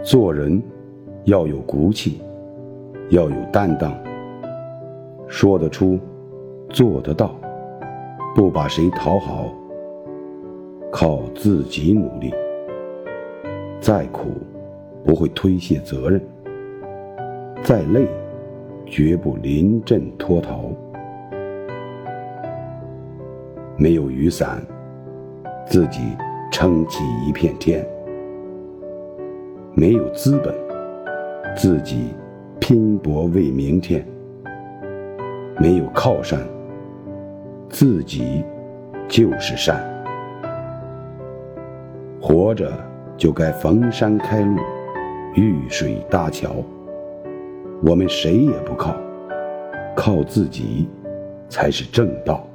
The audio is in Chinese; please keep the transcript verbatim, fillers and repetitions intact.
做人要有骨气，要有担当，说得出，做得到，不把谁讨好，靠自己努力，再苦不会推卸责任，再累绝不临阵脱逃。没有雨伞，自己撑起一片天；没有资本，自己拼搏为明天；没有靠山，自己就是山。活着就该逢山开路，遇水搭桥。我们谁也不靠，靠自己才是正道。